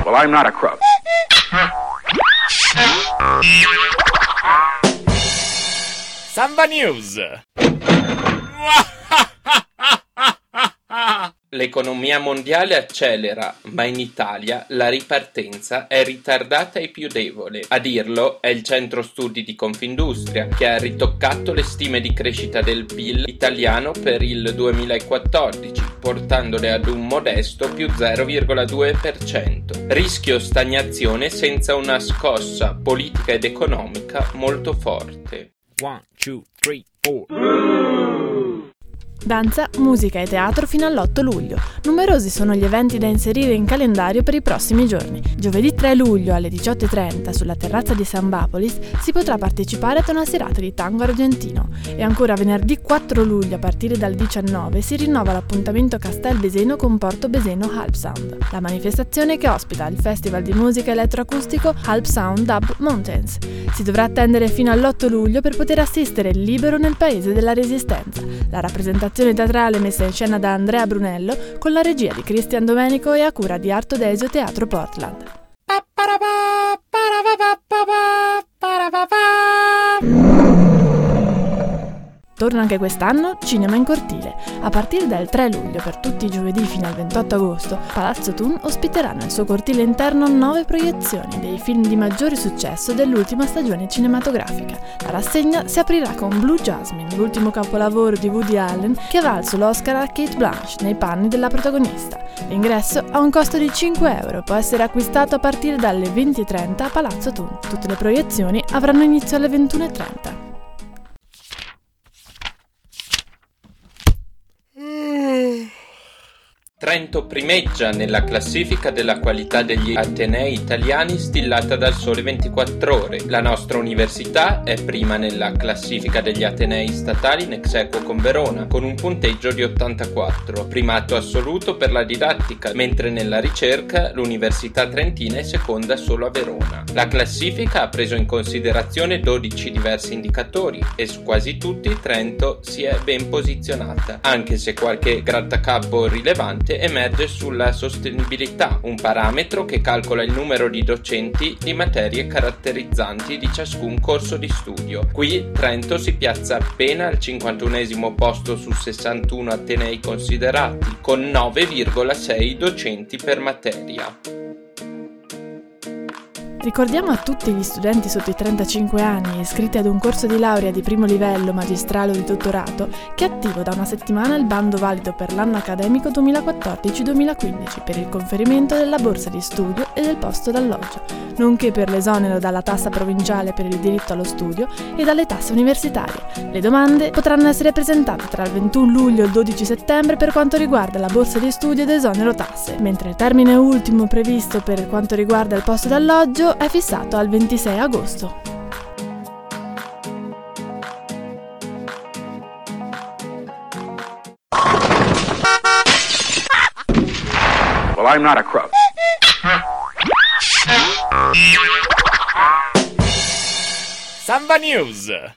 Well, I'm not a crook. Samba News. L'economia mondiale accelera, ma in Italia la ripartenza è ritardata e più debole. A dirlo è il centro studi di Confindustria, che ha ritoccato le stime di crescita del PIL italiano per il 2014, portandole ad un modesto più 0,2%. Rischio stagnazione senza una scossa politica ed economica molto forte. 1, 2, 3, 4. Danza, musica e teatro fino all'8 luglio. Numerosi sono gli eventi da inserire in calendario per i prossimi giorni. Giovedì 3 luglio alle 18:30 sulla terrazza di Sambapolis si potrà partecipare ad una serata di tango argentino. E ancora venerdì 4 luglio a partire dal 19 si rinnova l'appuntamento Castel Beseno con Porto Beseno Halp Sound, la manifestazione che ospita il festival di musica elettroacustico Halp Sound Dub Mountains. Si dovrà attendere fino all'8 luglio per poter assistere libero nel paese della Resistenza. La rappresentazione teatrale messa in scena da Andrea Brunello con la regia di Cristian Domenico e a cura di Arto Desio Teatro Portland. Torna anche quest'anno Cinema in Cortile. A partire dal 3 luglio per tutti i giovedì fino al 28 agosto, Palazzo Thun ospiterà nel suo cortile interno 9 proiezioni dei film di maggiore successo dell'ultima stagione cinematografica. La rassegna si aprirà con Blue Jasmine, l'ultimo capolavoro di Woody Allen che ha valso l'Oscar a Cate Blanchett nei panni della protagonista. L'ingresso ha un costo di 5 euro e può essere acquistato a partire dalle 20:30 a Palazzo Thun. Tutte le proiezioni avranno inizio alle 21:30. Trento primeggia nella classifica della qualità degli atenei italiani stillata dal Sole 24 Ore. La nostra università è prima nella classifica degli atenei statali in ex aequo con Verona, con un punteggio di 84, primato assoluto per la didattica, mentre nella ricerca l'Università Trentina è seconda solo a Verona. La classifica ha preso in considerazione 12 diversi indicatori e su quasi tutti Trento si è ben posizionata, anche se qualche grattacapo rilevante emerge sulla sostenibilità, un parametro che calcola il numero di docenti di materie caratterizzanti di ciascun corso di studio. Qui Trento si piazza appena al 51esimo posto su 61 atenei considerati, con 9,6 docenti per materia. Ricordiamo a tutti gli studenti sotto i 35 anni iscritti ad un corso di laurea di primo livello, magistrale o di dottorato che è attivo da una settimana il bando valido per l'anno accademico 2014-2015 per il conferimento della borsa di studio e del posto d'alloggio, nonché per l'esonero dalla tassa provinciale per il diritto allo studio e dalle tasse universitarie. Le domande potranno essere presentate tra il 21 luglio e il 12 settembre per quanto riguarda la borsa di studio ed esonero tasse, mentre il termine ultimo previsto per quanto riguarda il posto d'alloggio è fissato al 26 agosto. Well, I'm not a crook. Samba News.